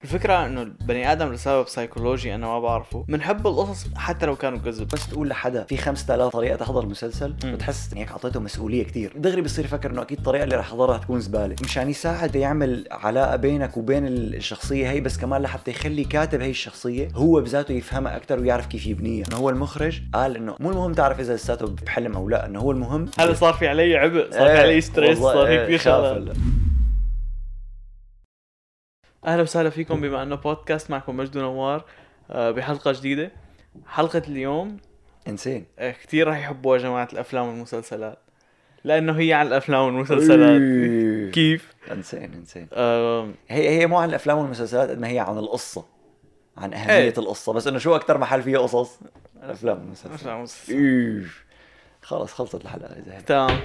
الفكرة انه البني ادم لسبب سايكولوجي انا ما بعرفه بنحب القصص حتى لو كانوا كذب. بس تقول لحدا في 5000 طريقه تحضر مسلسل بتحس انك اعطيته مسؤوليه كتير، دغري بصير يفكر انه اكيد الطريقه اللي رح يحضرها تكون زباله، مشان يساعد يعمل علاقه بينك وبين الشخصيه هي، بس كمان لحتى يخلي كاتب هي الشخصيه هو بذاته يفهمها اكثر ويعرف كيف يبنيها. انه هو المخرج قال انه مو المهم تعرف اذا لساته بحلم او لا، انه هو المهم هذا صار في علي عبء، صار في علي ستريس، صار في كثير شغلات. اهلا وسهلا فيكم بما انه بودكاست معكم مجد ونوار بحلقه جديده. حلقه اليوم انسان كثير راح يحبوها جماعه الافلام والمسلسلات، لانه هي عن الافلام والمسلسلات. كيف انسان هي مو عن الافلام والمسلسلات قد ما هي عن القصه، عن اهميه القصه، بس انه شو اكثر محل فيها قصص الافلام والمسلسلات. خلص خلصت الحلقه اذا تمام.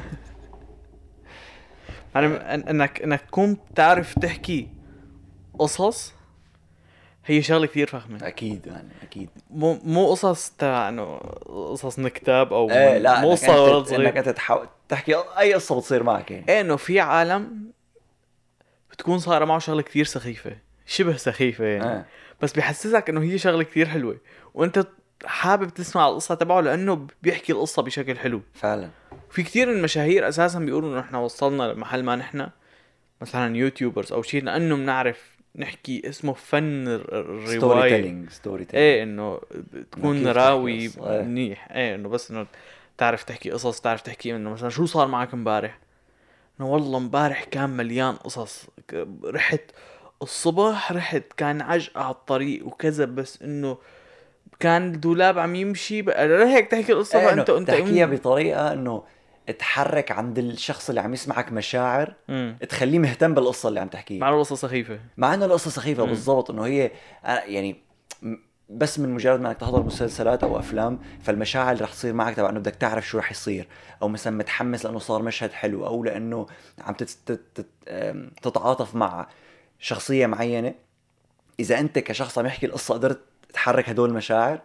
يعني انك تكون تعرف تحكي قصص هي شغله كثير فخمه. اكيد يعني اكيد مو قصص تاع انه قصص نكتاب او لا مو قصه ولد صغير انك انت تحكي اي قصه بتصير معك يعني. انه في عالم بتكون صايره معه شغله كثير سخيفه، شبه سخيفه يعني بس بيحسسك انه هي شغله كثير حلوه وانت حابب تسمع القصه تبعه لانه بيحكي القصه بشكل حلو فعلا. في كثير من المشاهير اساسا بيقولوا انه احنا وصلنا لمحل ما نحن مثلا يوتيوبرز او شيء لانه بنعرف نحكي اسمه فن الروايه ستوري تيلينج. ايه انه تكون راوي منيح. ايه انه بس انه تعرف تحكي قصص، تعرف تحكي انه مثلا شو صار معك امبارح، انه والله امبارح كان مليان قصص، رحت الصبح رحت كان عجقة على الطريق وكذا، بس انه كان الدولاب عم يمشي هيك تحكي القصة. فانت تحكيها بطريقة انه تحرك عند الشخص اللي عم يسمعك مشاعر تخليه مهتم بالقصة اللي عم تحكيها، مع القصة سخيفة، مع انه القصة سخيفة بالضبط. انه هي يعني بس من مجرد ما انك تحضر مسلسلات او افلام فالمشاعر اللي رح تصير معك تبع انه بدك تعرف شو رح يصير، او مثلا متحمس لانه صار مشهد حلو، او لانه عم تتعاطف مع شخصية معينة. اذا انت كشخص عم يحكي القصة قدرت تحرك هدول المشاعر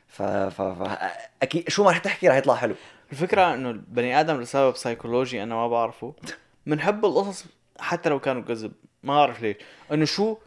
اكيد شو ما رح تحكي رح يطلع حلو. الفكرة انه البني ادم لسبب سايكولوجي انا ما بعرفه منحب القصص حتى لو كانوا كذب. ما اعرف ليش، انه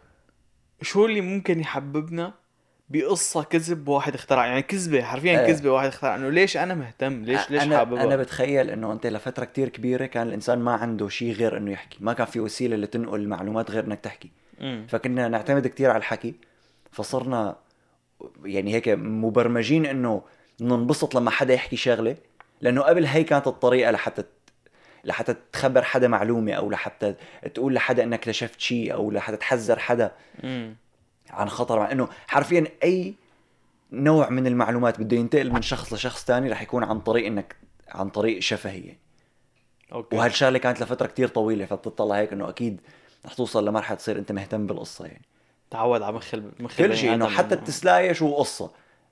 شو اللي ممكن يحببنا بقصة كذب واحد اخترع، يعني كذبة حرفيا كذبة واحد اخترع، انه ليش انا مهتم، ليش حاببها. انا بتخيل انه انت لفترة كتير كبيرة كان الانسان ما عنده شيء غير انه يحكي، ما كان في وسيلة لتنقل المعلومات غير انك تحكي. فكنا نعتمد كتير على الحكي، فصرنا يعني هيك مبرمجين انه ننبسط لما حدا يحكي شغلة، لانه قبل هي كانت الطريقة لحتى تخبر حدا معلومة، او لحتى تقول لحدا انك اكتشفت شيء، او لحتى تحذر حدا عن خطر. مع انه حرفيا اي نوع من المعلومات بده ينتقل من شخص لشخص تاني رح يكون عن طريق شفهي يعني. وهالشغله كانت لفتره كتير طويله، فبتطلع هيك انه اكيد رح توصل لمرحله تصير انت مهتم بالقصه يعني، تعود على مخ كل شيء. انه حتى التسلايه شو قصه،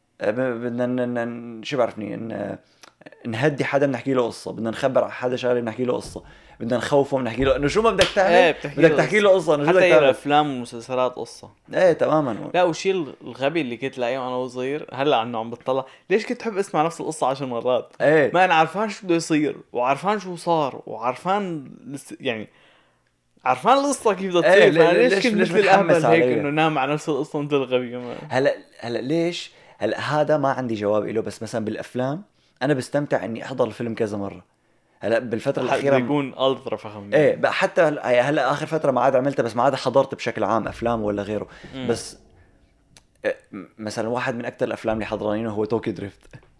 بدنا شو بعرفني نهدي حدا بنحكي له قصه، بدنا نخبر حدا شغله بنحكي له قصه، بدنا نخوفه بنحكي له انه شو ما بدك تعمل بدك تحكي له قصه. حتى الافلام والمسلسلات قصه. تماما. لا والشيء الغبي اللي كنت لاقيه وانا وصغير هلا عنه عم بتطلع، ليش كنت احب اسمع نفس القصه 10 مرات؟ ما انا عارفان شو بده يصير وعارفان شو صار وعارفان يعني عارفان القصه كيف بدها تصير. ليش كنت مثل الاهبل هيك انه نام على نفس القصه مثل الغبي كمان. هلا ليش هذا ما عندي جواب له، بس مثلا بالافلام انا بستمتع اني احضر الفيلم كذا مره. هلا بالفتره الاخيره يكون الترا فخم حتى هلا اخر فتره ما عاد عملتها، بس ما عاد حضرت بشكل عام افلام ولا غيره. بس مثلا واحد من اكثر الافلام اللي حضرانينه هو توكي دريفت.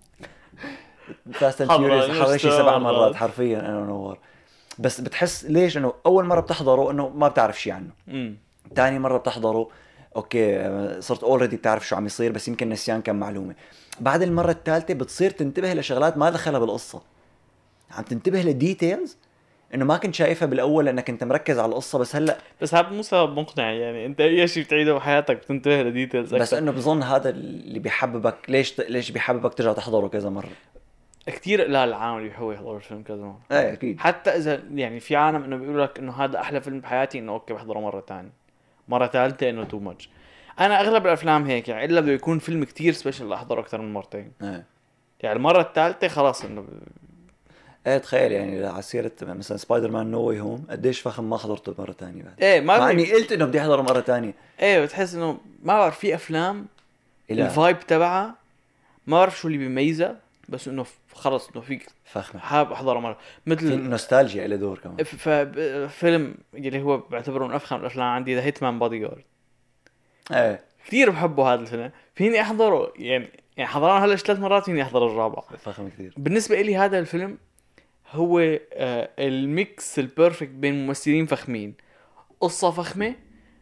فاست اند فيوريوس حضرني شي 7 مرات حرفيا انا ونوار. بس بتحس ليش انه اول مره بتحضره انه ما بتعرف شيء عنه، ثاني مره بتحضره اوكي صرت اوريدي بتعرف شو عم يصير، بس يمكن نسيان كم معلومه. بعد المره الثالثه بتصير تنتبه لشغلات ما دخلها بالقصه، عم تنتبه لديتيلز انه ما كنت شايفها بالاول لانك انت مركز على القصه. بس هلا بس هذا مو سبب مقنع يعني، انت اي شيء بتعيده بحياتك بتنتبه لديتيلز بس انه بظن هذا اللي بيحببك. ليش بيحببك ترجع تحضره كذا مره؟ كتير لا العالم اللي بيحبوا يحضروا الفيلم كذا مرة. اكيد. حتى اذا يعني في عالم انه بيقول لك انه هذا احلى فيلم بحياتي، انه اوكي بحضره مره ثانيه مره ثالثه انه تو ماتش. انا اغلب الافلام هيك يعني، الا بده يكون فيلم كتير سبيشال احضره اكثر من مرتين. يعني المره الثالثه خلاص انه ايه تخيل يعني على سيرة مثلا سبايدر مان نو واي هوم قديش فخم ما حضرته مرة تانية بعد. ايه مع اني قلت انه بدي احضره مرة تانية. ايه بتحس انه ما بعرف في افلام إلا الفايب تبعها ما بعرف شو اللي بيميزها بس انه خلص انه فيك فخمة حاب احضره مرة مثل في نوستالجيا له دور كمان. فيلم اللي هو بعتبره من افخم الافلام عندي ذا هيتمان بودي جارد. ايه كثير بحبه هذا الفيلم فيني احضره يعني حضرنا هلا 3 مرات فيني احضر الرابعة. فخم كثير. بالنسبة لي هذا الفيلم هو الميكس البيرفكت بين ممثلين فخمين قصة فخمة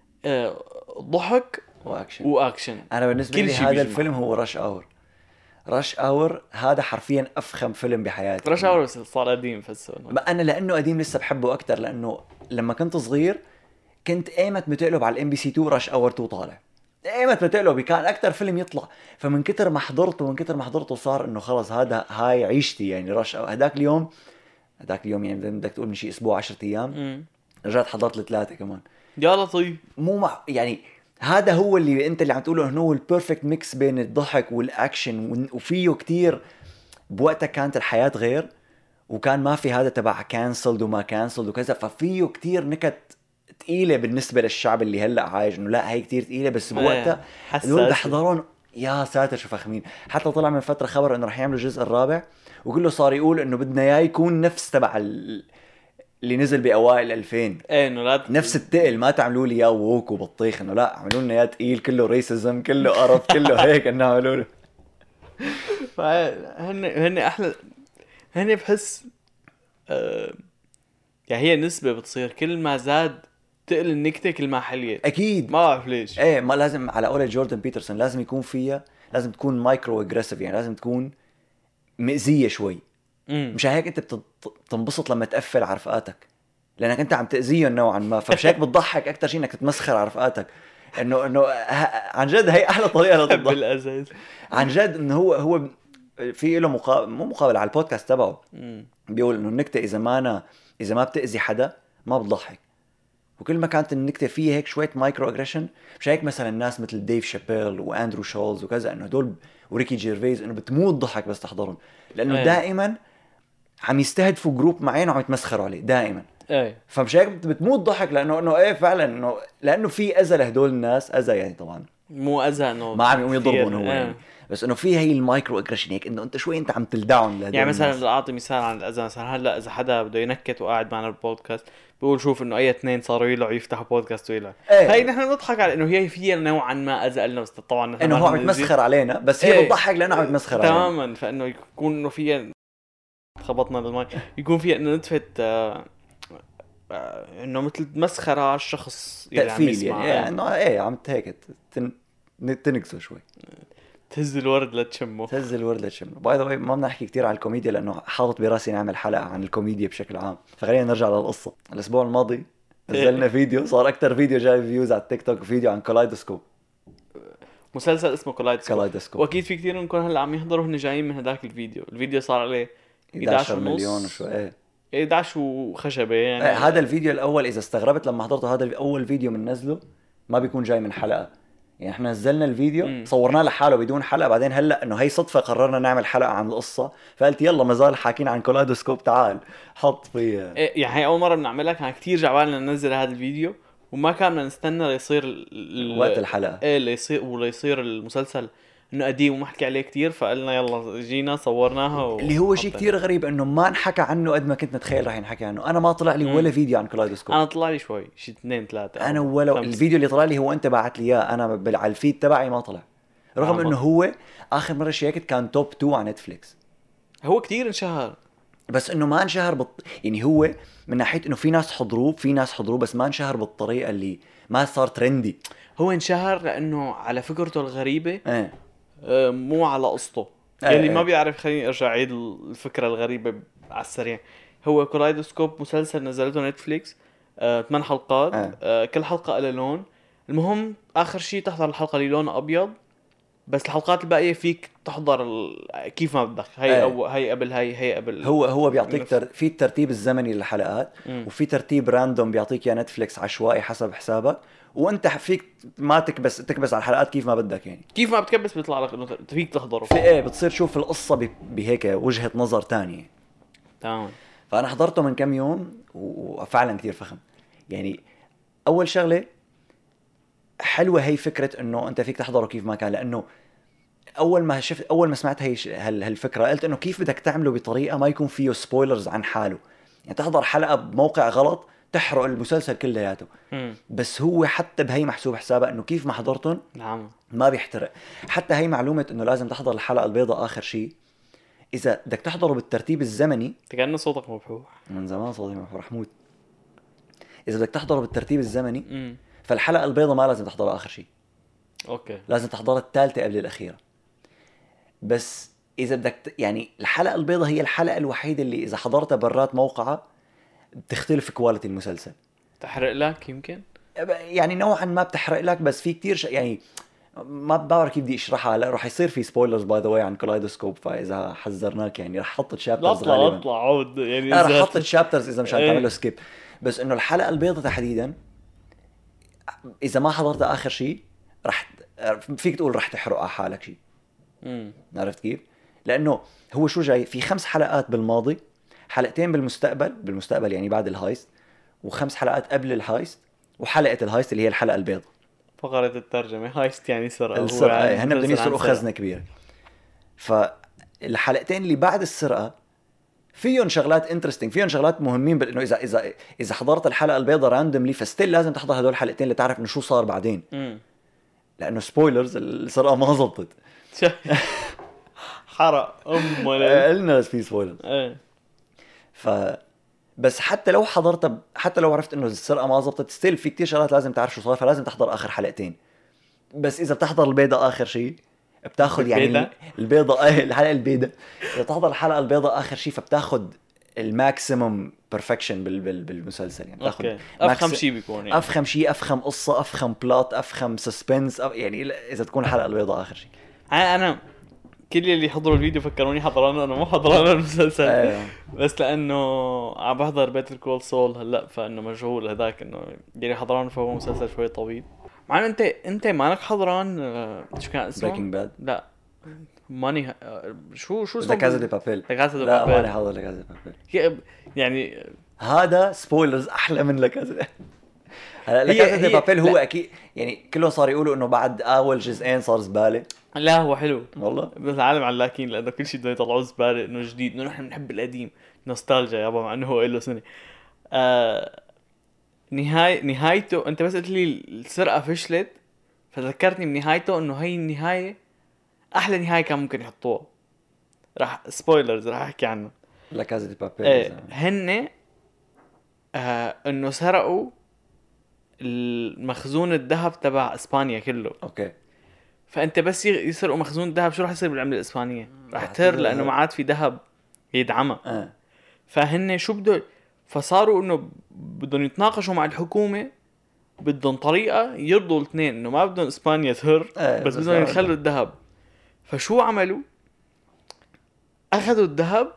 ضحك واكشن. انا بالنسبة لي هذا الفيلم هو رش اور هذا حرفيا افخم فيلم بحياتي. رش اور صار قديم فسه انا لانه قديم لسه بحبه اكتر لانه لما كنت صغير كنت ايمت متقلب على الام بي سي 2 رش اور 2 طالع ايمت متقلب كان اكتر فيلم يطلع فمن كتر ما حضرته صار انه خلص هاي عيشتي يعني رش اور. هداك اليوم يعني بدك تقول من شي اسبوع 10 ايام رجعت حضرت ل3 كمان. يا لطيف مو يعني هذا هو اللي انت اللي عم تقوله انه هو البيرفكت ميكس بين الضحك والاكشن وفيه كتير. بوقتها كانت الحياة غير وكان ما في هذا تبع كانسلد وما كانسلد وكذا ففيه كتير نكت تقيلة بالنسبة للشعب اللي هلأ عايش انه لا هي كتير تقيلة بس بوقتها دول بحضرون يا ساتر شو فخمين. حتى طلع من فترة خبر انه رح يعملوا الجزء الرابع وكله صار يقول انه بدنا اياه يكون نفس تبع اللي نزل باوائل 2000 ايه انه لا نفس التقل ما تعملوا لي اياه ووك وبطيخ انه لا عملوا لنا اياه تقيل كله ريسيزم كله قرف كله هيك انه عملوا له. هن احلى هن بحس يعني هي نسبة بتصير كل ما زاد تقل النكتة كل ما حليت اكيد ما بعرف ليش. ايه ما لازم على قول جوردن بيترسون لازم يكون فيها لازم تكون مايكرو اجريسيف يعني لازم تكون مأذية شوي. مش هيك انت بتنبسط لما تقفل على رفقاتك لانك انت عم تأذيهم نوعا ما فمش هيك بتضحك اكتر شيء انك تتمسخر على رفقاتك انه عن جد هي احلى طريقه للضحك بالاساس عن جد انه هو في له مو مقابل على البودكاست تبعه بيقول انه النكته اذا ما بتأذي حدا ما بتضحك وكل ما كانت النكته فيها هيك شويه مايكرو اجريشن. مش هيك مثلا الناس مثل ديف شابيل واندرو شولز وكذا انه هدول وريكي جيرفيز انه بتموت ضحك بس تحضرهم لانه دائما عم يستهدفوا جروب معين وعم يتمسخروا عليه دائما. فمش هيك بتموت ضحك لانه ايه فعلا انه لانه في اذى لهدول الناس اذى يعني طبعا مو اذى انه ما عم يقوم يضربون هو يعني. بس انه في هي المايكرو اجريشن هيك انه انت شوي انت عم تلدعهم يعني مثلا اعطي مثال عن الاذى مثلا هلا اذا حدا بده ينكت وقاعد معنا البودكاست بيقول شوف انه اي اثنين صاروا يلعوا يفتحوا بودكاست ويلعوا هي نحن بنضحك على انه هي فيها نوعا ما اذى لنا بس طبعا نحن انه هو عم يتمسخر علينا بس هي بتضحك لانه عم يتمسخر علينا تماما. فانه يكون انه فيها خبطنا بالماي يكون فيها انه نتفه انه مثل مسخره على الشخص اللي عم يسمع يعني انه ايه عم هيك تنقصه شوي تهز الورد لتشمه باي ذا واي ما بدنا نحكي كثير عن الكوميديا لانه حاطط براسي نعمل حلقه عن الكوميديا بشكل عام فخلينا نرجع للقصه. الاسبوع الماضي نزلنا فيديو صار اكثر فيديو جاي فيوز على التيك توك فيديو عن كولايدوسكوب مسلسل اسمه كولايدوسكوب واكيد في كثير منكم هلا عم يحضروا هن جايين من هداك الفيديو صار عليه 11 مليون وشو 11 وخشبه يعني هذا الفيديو الاول اذا استغربت لما حضرته هذا اول فيديو من نزله ما بيكون جاي من حلقه يعني احنا نزلنا الفيديو صورناه لحاله بدون حلقه بعدين هلا انه هي صدفه قررنا نعمل حلقه عن القصه فقلت يلا ما زال حاكين عن كولايدوسكوب تعال حط فيه يعني هي اول مره بنعملها كان كتير جعبالنا ننزل هذا الفيديو وما كان بدنا نستنى ليصير وقت الحلقه ليصير المسلسل انه قديم وما حكي عليه كتير فقلنا يلا جينا صورناها اللي هو شيء كتير غريب انه ما انحكى عنه قد ما كنت نتخيل راح ينحكى عنه. انا ما طلع لي ولا فيديو عن كولايدوسكوب. انا طلع لي شوي شيء 2-3 انا ولا الفيديو اللي طلع لي هو انت بعت لي اياه انا على الفيد تبعي ما طلع رغم انه هو اخر مره شيكت كان توب 2 على نتفليكس. هو كتير انشهر بس انه ما انشهر يعني هو من ناحيه انه في ناس حضروه بس ما انشهر بالطريقه اللي ما صار ترندي. هو انشهر لانه على فكرته الغريبه مو على قصته اللي ما بيعرف. خليني ارجع عيد الفكره الغريبه على السريع. هو كولايدوسكوب مسلسل نزلته نتفليكس 8 حلقات كل حلقه لها لون. المهم اخر شيء تحضر الحلقه اللي لونها ابيض بس الحلقات الباقيه فيك تحضر كيف ما بدك. هي قبل هي قبل. هو بيعطيك في الترتيب الزمني للحلقات وفي ترتيب راندوم بيعطيك يا نتفليكس عشوائي حسب حسابك وانت فيك ما تكبس على الحلقات كيف ما بدك يعني كيف ما بتكبس بيطلع لك انه فيك تحضره في بتصير تشوف القصه بهيك وجهه نظر تانية. تمام. فانا حضرته من كم يوم وفعلا كتير فخم. يعني اول شغله حلوه هي فكره انه انت فيك تحضره كيف ما كان، لانه اول ما سمعت هي هالفكره قلت انه كيف بدك تعمله بطريقه ما يكون فيه سبويلرز عن حاله. يعني تحضر حلقه بموقع غلط تحرق المسلسل كلياته. بس هو حتى بهي محسوب حسابه انه كيف ما حضرتن نعم ما بيحترق. حتى هي معلومه انه لازم تحضر الحلقه البيضاء اخر شيء. اذا بدك تحضره بالترتيب الزمني، كأنه صوتك مبحوح من زمان صوتي مبحوح حمود. اذا بدك تحضره بالترتيب الزمني فالحلقه البيضاء ما لازم تحضرها اخر شيء، اوكي لازم تحضرها الثالثه قبل الاخيره. بس اذا بدك يعني الحلقه البيضاء هي الحلقه الوحيده اللي اذا حضرتها برات موقعها بتختلف كواليتي المسلسل. تحرق لك يمكن يعني نوعا ما بتحرق لك، بس في كتير يعني ما بعرف كيف بدي اشرحها. لا رح يصير في سبويلرز باي ذا واي عن كلايدوسكوب، فاذا حذرناك يعني رح احط تشابترز غالبا. اطلع عود يعني لا رح احط تشابترز اذا مشان ايه. تعمل له سكيب. بس انه الحلقه البيضاء تحديدا اذا ما حضرتها اخر شيء رح فيك تقول رح تحرق على حالك شيء. عرفت كيف؟ لانه هو شو جاي في 5 حلقات بالماضي، حلقتين بالمستقبل يعني بعد الهايست، و5 حلقات قبل الهايست، وحلقه الهايست اللي هي الحلقه البيضاء. فقرة الترجمة هايست يعني سرقة. السرقة هن بدهم يسرقوا خزنة كبيرة. فالحلقتين اللي بعد السرقة فيهم شغلات انترستينج، فيهم شغلات مهمين، بانه اذا حضرت الحلقة البيضاء راندوملي فستيل لازم تحضر هدول الحلقتين لتعرف انه شو صار بعدين. لانه سبويلرز السرقة ما زبطت. حرق قلنا في سبويلرز. بس حتى لو حضرت، حتى لو عرفت انه السرقه ما زبطت، ستيل في كتير شغلات لازم تعرف شو صار، فلازم تحضر اخر حلقتين. بس اذا بتحضر البيضة اخر شيء بتاخذ يعني البيضة الحلقه البيضة، اذا تحضر الحلقه البيضاء اخر شيء فبتاخذ الماكسيمم بيرفكشن بالمسلسل. يعني تاخذ افخم شيء بيكون يعني. افخم شيء، افخم قصه، افخم بلوت، افخم سسبنس، يعني اذا تكون الحلقه البيضاء اخر شيء. انا كل اللي حضروا الفيديو فكروني حضرانه، انا مو حضرانه المسلسل. بس لانه عم بحضر بيتر كول سول هلا، فانه مشغول هذاك انه اللي حضرانه، فهو مسلسل شوي طويل. مع انت مالك حضران شو كان اسمه؟ بريكنج باد. لا ماني شو لا كازا دي بابيل. لا ماني حاضر لا كازا دي بابيل. يعني هذا سبويلرز احلى من لا كازا. هلا لا كازا دي بابيل هو لا. اكيد يعني كلهم صار يقولوا انه بعد اول جزئين صار زباله. لا هو حلو والله، بس العالم علاكين لانه كل شيء بدهم يطلعوه زباله، انه جديد، انه نحن بنحب القديم، نوستالجيا يابا، مع انه هو له سنه. نهايته انت بس قلت لي السرقه فشلت، فذكرتني بنهايته انه هي النهايه احلى نهايه كان ممكن يحطوها. راح سبويلرز راح احكي عنه. لا كازا دي بابيل هن انه سرقوا المخزون الذهب تبع اسبانيا كله. اوكي. فانت بس يسرقوا مخزون الذهب، شو راح يصير بالعمله الاسبانيه؟ راح تر، لانه ما عاد في ذهب يدعمها. فهن شو بده، فصاروا انه بدهم يتناقشوا مع الحكومه، بدهم طريقه يرضوا الاثنين انه ما بدهم اسبانيا تهر، بس بدهم يخلوا الذهب. فشو عملوا؟ اخذوا الذهب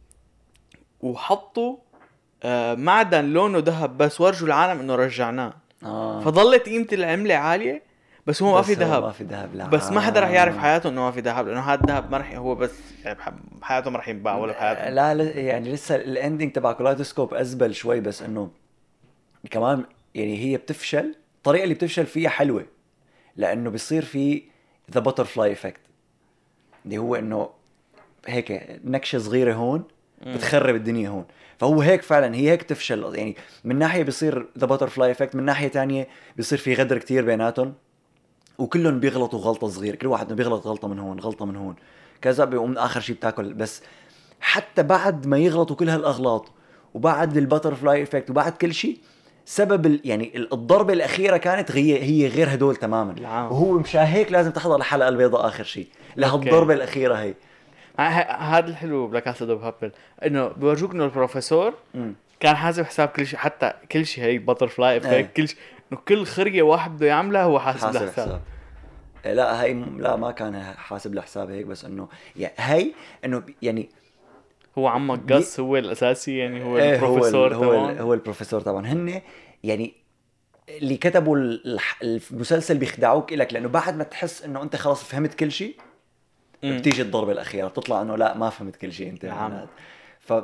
وحطوا معدن لونه ذهب، بس ورجوا العالم انه رجعناه. فظلت قيمه العمله عاليه، بس هو ما في ذهب. ما في ذهب. لا بس ما حدا رح يعرف حياته انه ما في ذهب، لانه هذا الذهب ما رح، هو بس يعني بحياته ما رح ينباع ولا بحياته. لا يعني لسه الاندينج تبع كلايدوسكوب ازبل شوي، بس انه كمان يعني هي بتفشل، الطريقه اللي بتفشل فيها حلوه، لانه بيصير في ذا باترفلاي افكت، اللي هو انه هيك نكشه صغيره هون بتخرب الدنيا هون. فهو هيك فعلا، هي هيك تفشل. يعني من ناحيه بيصير ذا باترفلاي افكت، من ناحيه تانية بيصير في غدر كتير بيناتهم، وكلهم بيغلطوا غلطه صغيره، كل واحد بيغلط غلطه من هون غلطه من هون كذا، بيقوم اخر شيء بتاكل. بس حتى بعد ما يغلطوا كل هالاغلاط، وبعد الباترفلاي افكت، وبعد كل شيء، سبب يعني الضربه الاخيره كانت هي غير هدول تماما. وهو مشان هيك لازم تحضر الحلقه البيضاء اخر شيء لهالضربه الاخيره هي. هذا الحلو بلا كاسا دو بابل، انه بيورجوك انه البروفيسور كان حاسب حساب كل شيء، حتى كل شيء هي باترفلاي افكت، كل شيء، انه كل خريه واحد بده يعملها هو حاسب له حساب. لا هي لا ما كان حاسب لحساب هيك، بس انه يعني هي انه يعني هو عمك قص هو الاساسي، يعني هو البروفيسور هو البروفيسور طبعا. هن يعني اللي كتبوا المسلسل بيخدعوك إلك، لانه بعد ما تحس انه انت خلاص فهمت كل شيء بتيجي الضربه الاخيره، بتطلع انه لا ما فهمت كل شيء انت.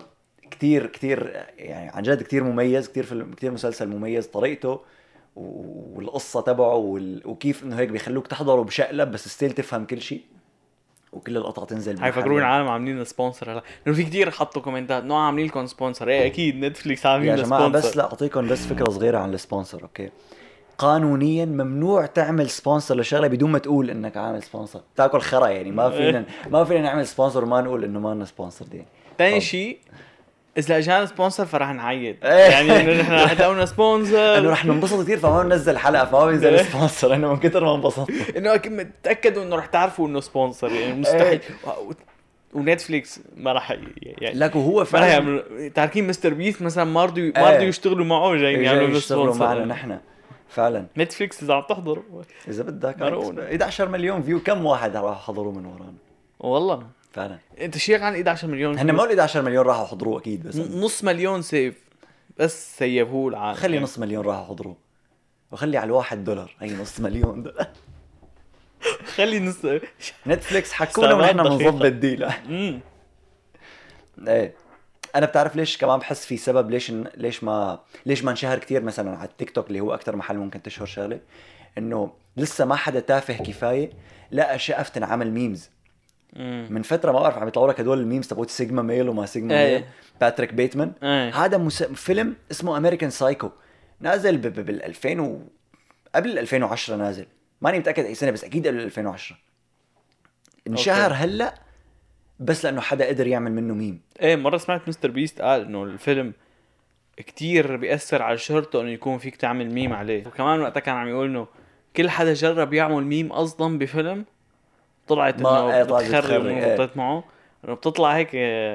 كتير يعني عن جد كتير مميز، كتير فيلم، كتير مسلسل مميز. طريقته والقصة تبعه وكيف انه هيك بيخلوك تحضره بشقلب بس ستيل تفهم كل شيء وكل القطع تنزل. حيفكرون العالم عاملين سبونسر هلا، لانه في كتير حطوا كومنتات انه عاملين لكم سبونسر. ايه اكيد نتفليكس عاملين يا جماعة سبونسر. بس لا اعطيكم بس فكرة صغيرة عن السبونسر. اوكي، قانونيا ممنوع تعمل سبونسر لشغله بدون ما تقول انك عامل سبونسر. تاكل خرا يعني. ما فينا نعمل سبونسر وما نقول انه ما لنا سبونسر دي. ثاني شيء اذا اجانا سبونسر فرح نعيد يعني انه نحن رح تقولنا سبونسر انه رح ننبسط كثير فما بننزل حلقه فما بينزل سبونسر انه من كثر ما انبسطنا. انه اكيد تاكدوا انه رح تعرفوا انه سبونسر يعني مستحيل. ونتفليكس ما رح يعني لك وهو فعلا تاركين مستر بيست مثلا ما رضوا يشتغلوا معه جايين يعملوا يشتغلوا معنا نحن فعلا. نتفليكس اذا عم تحضر اذا بدك 11 مليون فيو كم واحد راح حضروا من ورانا والله فعلا. انت شيء عن 11 مليون هن ما 11 مليون راحوا حضروه اكيد بس نص مليون سيف بس سيفوه العالم. خلي يعني. نص مليون راحوا حضروه وخلي على $1 هي نص مليون دولار. خلي نص نتفليكس حكونا ونحن بنظبط ديل. ايه انا بتعرف ليش كمان بحس في سبب ليش ما انشهر كتير مثلا على التيك توك اللي هو اكتر محل ممكن تشهر شغله، انه لسه ما حدا تافه كفايه لقى شقف تنعمل ميمز. من فتره ما بعرف عم يطلعوا لك هدول الميمز تبعوا سيجما ميل وما سيجما ميل. باتريك بيتمان. هذا فيلم اسمه امريكان سايكو نازل بال 2000 قبل 2010 نازل، ماني متاكد اي سنه بس اكيد قبل 2010. انشهر هلا بس لانه حدا قدر يعمل منه ميم. ايه مره سمعت مستر بيست قال انه الفيلم كتير بيأثر على شهرته انه يكون فيك تعمل ميم عليه. وكمان وقتها كان عم يقول انه كل حدا جرب يعمل ميم اصلا بفيلم طلعت انه بتخرب ونطت معه انه بتطلع هيك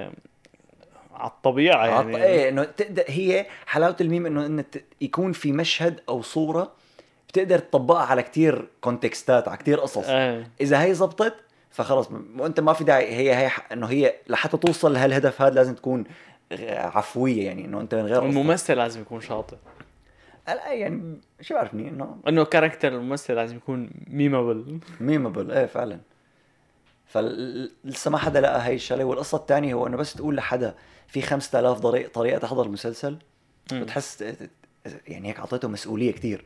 على الطبيعه يعني. ايه انه هي حلاوه الميم انه يكون في مشهد او صوره بتقدر تطبقها على كتير كونتكستات على كتير قصص. اذا هي زبطت فخلص وانت ما في داعي. هي انه هي لحتى توصل لهالهدف هذا لازم تكون عفويه يعني انه انت من غير الممثل لازم يكون شاطر. لا يعني شو بعرفني انه كاركتر الممثل لازم يكون ميمابل. ايه فعلا. فلسه ما حدا لقى هاي الشغله. والقصه الثانيه هو انه بس تقول لحدا في 5000 طريقه تحضر مسلسل بتحس يعني هيك عطيته مسؤوليه كتير.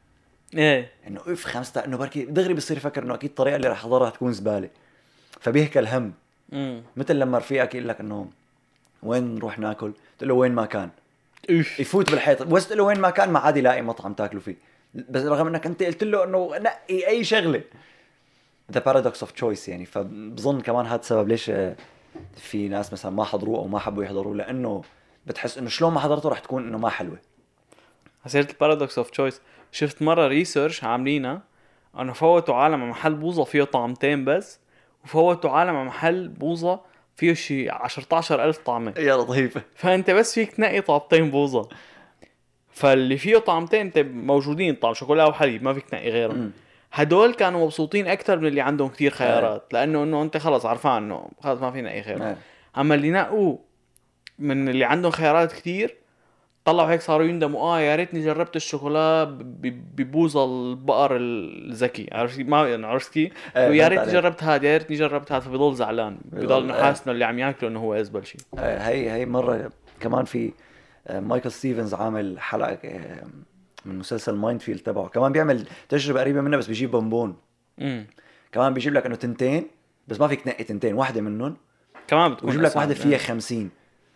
ايه انه 5000 انه بركي دغري بصير يفكر انه اكيد الطريقه اللي رح احضرها تكون زباله فبيهكى الهم. مثل لما رفيقك يقول لك انه وين نروح ناكل تقول له وين ما كان يفوت بالحيط بس تقول له وين ما كان ما عاد يلاقي مطعم تاكلوا فيه بس رغم انك انت قلت له انه نقي اي شغله. The paradox of choice يعني. فبظن كمان هذا السبب ليش في ناس مثلا ما حضروه او ما حبوا يحضروه لانه بتحس انه شلون ما حضرته رح تكون انه ما حلوه. هسيرة البارادوكس اوف تشويس شفت مرة ريسيرش عاملينها انه فوتوا عالم على محل بوظة فيه طعمتين بس وفوتوا عالم على محل بوظة فيه شي 10,000 طعمة. يا لطيفة. فانت بس فيك تنقي طعمتين بوظة فاللي فيه طعمتين انت موجودين طعم شوكولا وحليب ما فيك تنقي غيرهم. هدول كانوا مبسوطين اكتر من اللي عندهم كتير خيارات لانه انت خلص عارفان انه خلص ما فينا اي خيار. اما اللي نقوا من اللي عندهم خيارات كتير طلعوا هيك صاروا يندموا يا ريتني جربت الشوكولا ببوظة البقر الذكي عرفت ما عرفت كيف يا ريتني جربت هذا يا ريتني جربت هذا فبيضل زعلان بيضل انه حاسس انه اللي عم ياكله انه هو ازبل شيء. هي مرة كمان في مايكل ستيفنز عامل حلقة من مسلسل مايندفيلد تبعه كمان بيعمل تجربة قريبة منها بس بيجيب بونبون. كمان بيجيب لك انه تنتين بس ما فيك تنقي تنتين واحدة منهم كمان بتكون ويجيب لك واحدة فيها 50.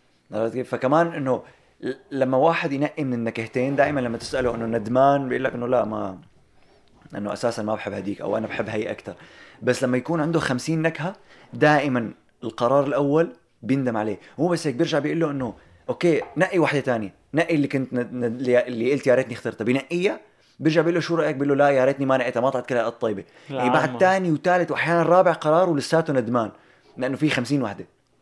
فكمان انه لما واحد ينقي من النكهتين دائما لما تسأله انه ندمان بيقول لك انه لا ما انه اساسا ما بحب هديك او انا بحب هي اكتر. بس لما يكون عنده 50 نكهة دائما القرار الاول بيندم عليه. مو بس هيك بيرجع بيقول له انه اوكي نقي واحدة تانية نقي اللي كنت اللي قلت يا ريتني اخترتها بينقيها بيرجع بيقول له شو رايك بيقول له لا يا ريتني ما نقيتها ما طلعت كلها طيبة. يعني بعد ثاني وثالث واحيانا رابع قرار ولساته ندمان لانه في 50 وحدة.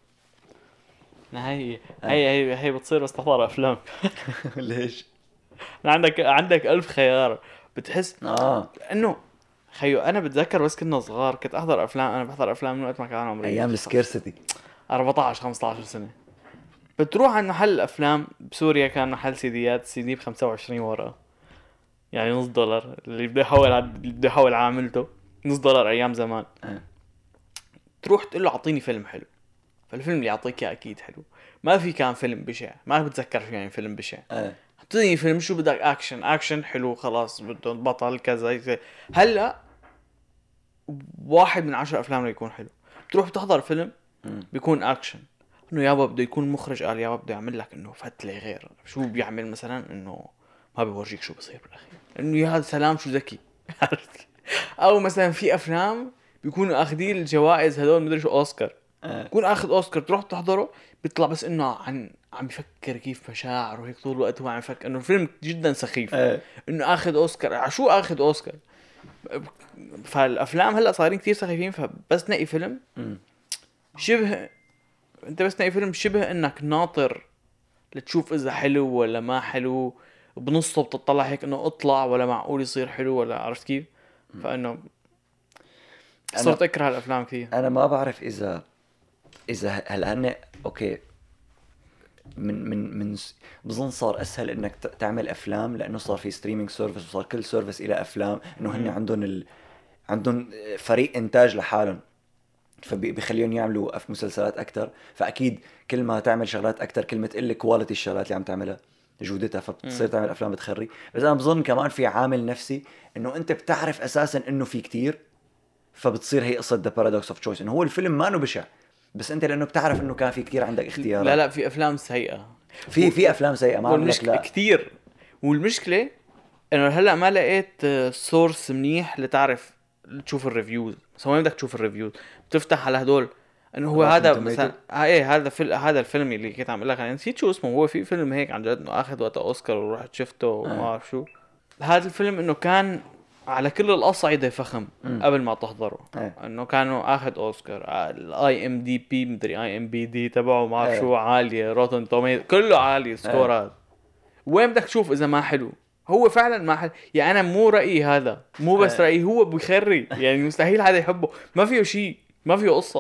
هي بتصير بس تحضر افلام. ليش عندك 1000 خيار بتحس انه خيو انا بتذكر بس كنا صغار كنت احضر افلام. انا بحضر افلام من وقت ما كان عمري ايام السكيرسيتي 14 15 سنه. بتروح عند محل الافلام بسوريا كان محل سيديات السي دي ب25 ورقه يعني $0.5 اللي بده يحول عاملته $0.5 ايام زمان. تروح تقول له اعطيني فيلم حلو فالفيلم اللي يعطيك اياه اكيد حلو ما في كان فيلم بشع، ما بتذكر شو يعني فيلم بشع. حطيني فيلم شو بدك، اكشن حلو خلاص، بدهم بطل كذا. هلا 1 من 10 افلام اللي يكون حلو تروح تحضر فيلم بيكون اكشن، انه يابا بده يكون مخرج قال يابا بده يعمل لك انه فتله غير شو بيعمل، مثلا انه ما بيورجيك شو بصير بالاخير، انه يا هذا سلام شو ذكي. او مثلا في افلام بيكونوا اخذين الجوائز هذول مدري شو اوسكار، يكون اخذ اوسكار تروح تحضره بيطلع بس انه عم يفكر كيف مشاعره وهيك طول الوقت، هو عم يفكر انه الفيلم جدا سخيف، انه اخذ اوسكار شو اخذ اوسكار. فالافلام هلا صارين كتير سخيفين، فبس نقي فيلم شبه انت بس نقي فيلم شبه انك ناطر لتشوف اذا حلو ولا ما حلو، بنصه بتطلع هيك انه اطلع ولا معقول يصير حلو ولا، عرفت كيف؟ فانه صرت اكره الافلام كثير. انا ما بعرف اذا هلا هن اوكي من بظن صار اسهل انك تعمل افلام لانه صار في ستريمينج سيرفيس وصار كل سيرفيس الى افلام، انه هن عندهم فريق انتاج لحالهم، فبيخليهم يعملوا مسلسلات اكثر، فاكيد كل ما تعمل شغلات اكثر كل ما تقل كواليتي الشغلات اللي عم تعملها جودتها، فبتصير تعمل افلام بتخري. بس انا بظن كمان في عامل نفسي انه انت بتعرف اساسا انه في كتير، فبتصير هي قصه ذا بارادوكس اوف تشويس، انه هو الفيلم ما انه بشع بس انت لانه بتعرف انه كان في كتير عندك اختيارات. لا في افلام سيئه، في افلام سيئه ما عم لك لا كتير. والمشكله انه هلا ما لقيت سورس منيح لتعرف تشوف الريفيوز، بس وين بدك تشوف الريفيوز؟ بتفتح على هدول انه هو هذا مثلا هذا الفيلم اللي كنت عم اقول لك، نسيت شو اسمه، هو في فيلم هيك عن جد انه اخذ وقت اوسكار ورحت شفته وما اعرف شو هذا الفيلم، انه كان على كل الاصعده فخم قبل ما تحضره، انه كانوا اخذ اوسكار، الاي ام دي بي مدري اي ام بي دي تبعه ما اعرف شو عاليه، روتن توميتو كله عالي سكورات. وين بدك تشوف اذا ما حلو؟ هو فعلا ما حلو يعني، انا مو رايي هذا، مو بس رايي، هو بيخري يعني مستحيل هذا يحبه، ما فيه شيء، ما فيه قصه.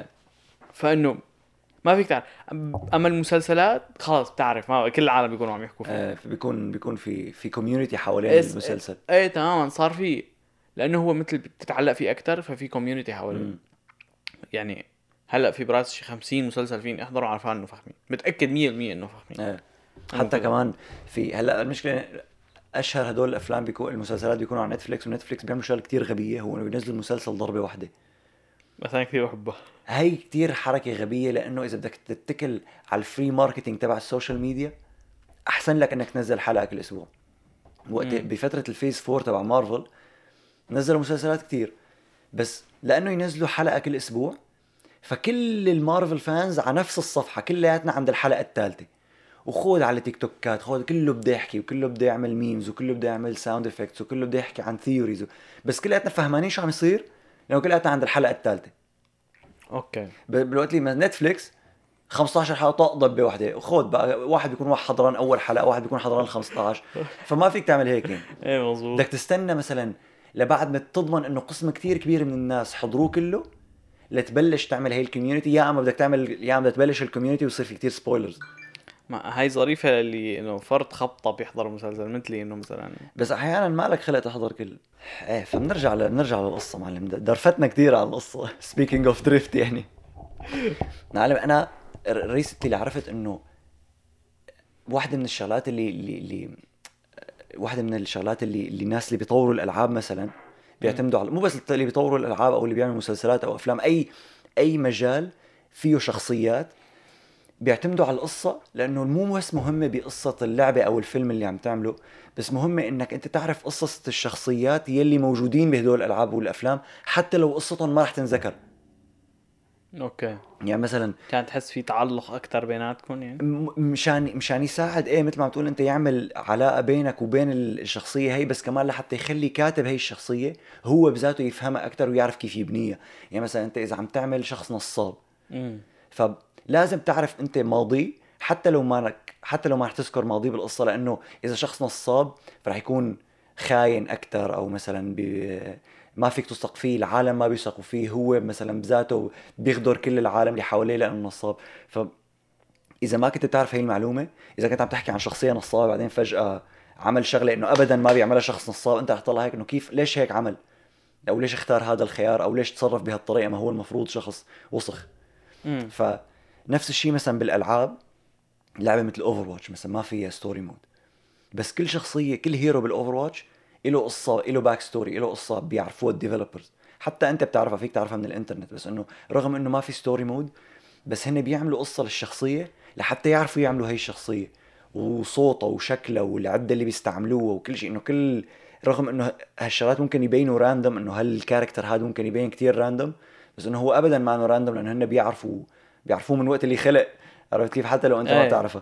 فانه ما فيك تعرف. اما المسلسلات خلاص بتعرف ما كل العالم بيكونوا عم يحكوا فيه، بيكون في كوميونتي حوالين المسلسل. تماما صار فيه، لانه هو مثل بتتعلق فيه اكثر، ففي كوميونتي حواليه. يعني هلا في براس شي 50 مسلسل فين احضروا عارفين انه فخمين، متاكد 100% انه فخمين. حتى كمان في هلا المشكله اشهر هدول الافلام بيكون المسلسلات بيكونوا على نتفليكس، ونتفليكس بيعملوا شغله كتير غبيه، هو انه بينزلوا المسلسل ضربه واحده. مثلا كثير بحبها هي كتير حركه غبيه، لانه اذا بدك تتكل على الفري ماركتينج تبع السوشيال ميديا احسن لك انك تنزل حلقه كل اسبوع. وقت بفتره الفيز 4 تبع مارفل نزلوا مسلسلات كتير، بس لانه ينزلوا حلقه كل اسبوع فكل المارفل فانز على نفس الصفحه كلياتنا عند الحلقه الثالثه، وخود على تيك توكات خود كله بده يحكي وكله بده يعمل ميمز وكله بده يعمل ساوند افكتس وكله بده يحكي عن ثيوريز بس كلياتنا فهمانين شو عم يصير لانه كلياتنا عند الحلقه الثالثه. اوكي بالوقت اللي نتفليكس 15 حلقه ضبه واحده، وخود بقى واحد بيكون حضران اول حلقه، واحد بيكون حضران 15 فما فيك تعمل هيك يعني. ايه مظبوط، بدك تستنى مثلا لبعد ما تضمن انه قسم كتير كبير من الناس حضروه كله لتبلش تعمل هي الكوميونتي، يا اما بدك تبلش الكوميونتي ويصير في كتير سبويلرز. ما هاي ظريفة اللي انه فرد خبطة بيحضر مسلسل مثلي انه مثلا، بس احيانا ما لك خلق تحضر كل فبنرجع للقصة معلم، درفتنا كتير على القصة. سبيكينج اوف دريفت يعني معلم، انا ريستلي اللي عرفت انه واحدة من الشغلات اللي الناس اللي بيطوروا الالعاب مثلا بيعتمدوا على، مو بس اللي بيطوروا الالعاب او اللي بيعملوا مسلسلات او افلام، اي مجال فيه شخصيات بيعتمدوا على القصة، لأنه مو بس مهمة بقصة اللعبة أو الفيلم اللي عم تعمله، بس مهمة إنك أنت تعرف قصة الشخصيات يلي موجودين بهدول الألعاب والأفلام حتى لو قصتهم ما رح تنذكر. أوكي يعني مثلا كان تحس في تعلق أكتر بيناتكم يعني، مشان يساعد مثل ما بتقول أنت يعمل علاقة بينك وبين الشخصية هي، بس كمان لحتى يخلي كاتب هي الشخصية هو بذاته يفهمها أكتر ويعرف كيف يبنيها. يعني مثلا أنت إذا عم تعمل شخص نصاب لازم تعرف انت ماضي حتى لو ما رح تذكر ماضي بالقصه، لانه اذا شخص نصاب فرح يكون خاين اكثر، او مثلا ما فيك تثق فيه، العالم ما بيثقوا فيه، هو مثلا بذاته بيغدر كل العالم اللي حواليه لانه نصاب. فاذا ما كنت تعرف هي المعلومه، اذا كنت عم تحكي عن شخصيه نصابه بعدين فجاه عمل شغله انه ابدا ما بيعملها شخص نصاب، انت رح تطلع هيك انه كيف، ليش هيك عمل، او ليش اختار هذا الخيار، او ليش تصرف بهالطريقه، ما هو المفروض شخص وسخ. فنفس الشيء مثلا بالالعاب، لعبه مثل اوفر واتش مثلا ما فيها ستوري مود، بس كل شخصيه كل هيرو بالاوفر واتش له قصه، له باك ستوري، له قصه بيعرفوها الديفلوبرز، حتى انت بتعرفها، فيك تعرفها من الانترنت، بس انه رغم انه ما في ستوري مود بس هن بيعملوا قصه للشخصيه لحتى يعرفوا يعملوا هي الشخصيه وصوتها وشكلها والعده اللي بيستعملوها وكل شيء، انه كل رغم انه هالشغلات ممكن يبينوا راندوم، انه هالكاركتر هذا ممكن يبين كتير راندوم، بس انه هو ابدا ما انه راندوم، لانه هن بيعرفوه من وقت اللي خلق، عرفت كيف، حتى لو انت ما بتعرفها.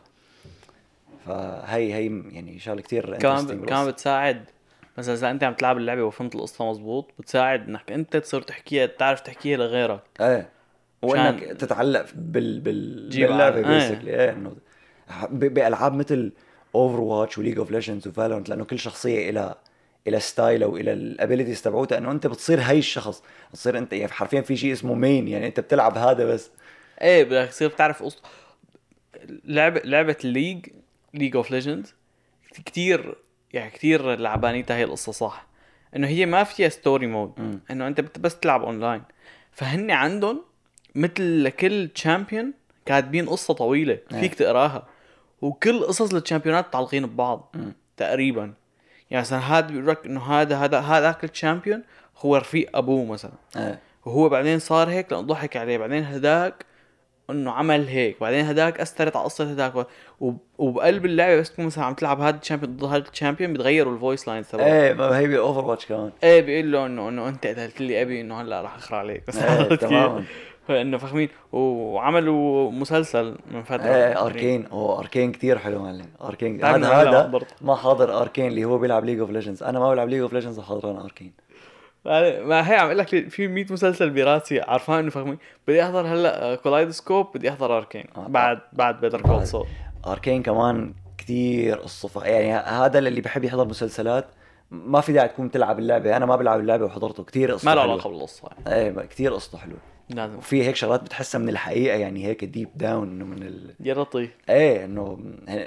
فهي يعني شغله كتير كمان بتساعد مثلا اذا انت عم تلعب اللعبه وفهمت القصه مزبوط، بتساعد انك انت تصير تحكيها، تعرف تحكيها لغيرك، ايه، وانك تتعلق باللعبه بيسكلي. ايه انه بالعاب مثل اوفر واتش وليج اوف ليجندز وفالورانت، لانه كل شخصيه الى ستايل والى الابيليتيز تبعوتها، انه انت بتصير هاي الشخص، تصير انت يعني حرفيا في شيء اسمه مين، يعني انت بتلعب هذا بس. ايه بدك تصير تعرف قصه. لعبه ليج اوف ليجندز كتير، يعني كتير لعبانيتها هي القصه صح، انه هي ما فيها ستوري مود، انه انت بس تلعب اونلاين، فهن عندهم مثل لكل تشامبيون كاتبين قصه طويله فيك تقراها، وكل قصص التشامبيونات متعلقين ببعض تقريبا. يعني مثلا هذا بيقول لك انه هذاك التشامبيون هو رفيق ابوه مثلا، وهو بعدين صار هيك لانه ضحك عليه، بعدين هداك انه عمل هيك، بعدين هداك اثرت على قصه هداك وبقلب اللعبه بس تكون مثلا عم تلعب هذا الشامبيون ضد هذا الشامبيون بتغيروا الفويس لاينز تبعه. ايه ما هي بالاوفر واتش كمان. ايه بيقول له انه انت قتلت لي ابي، انه هلا راح اخرع عليك بس. ايه تماما. فانه فاهمين، وعملوا مسلسل من فتره. ايه اركين، اركين كتير حلو معلم. اركين هذا ما حاضر اركين اللي هو بيلعب ليج اوف ليجندز، انا ما بلعب ليج اوف ليجندز وحاضران اركين. ما هي عم اقول لك في 100 مسلسل براسي عارفان انه فهمين، بدي احضر هلا كولايدوسكوب، بدي احضر اركين بعد بيتر كول سول. اركين كمان كتير قصة، يعني هذا اللي بحب يحضر مسلسلات ما في داعي تكون تلعب اللعبة، انا ما بلعب اللعبة وحضرته، كتير قصة ما له علاقة بالقصة يعني. ايه كتير قصة حلوة لازم. وفي هيك شغلات بتحسها من الحقيقة، يعني هيك ديب داون انه من يا لطيف. ايه انه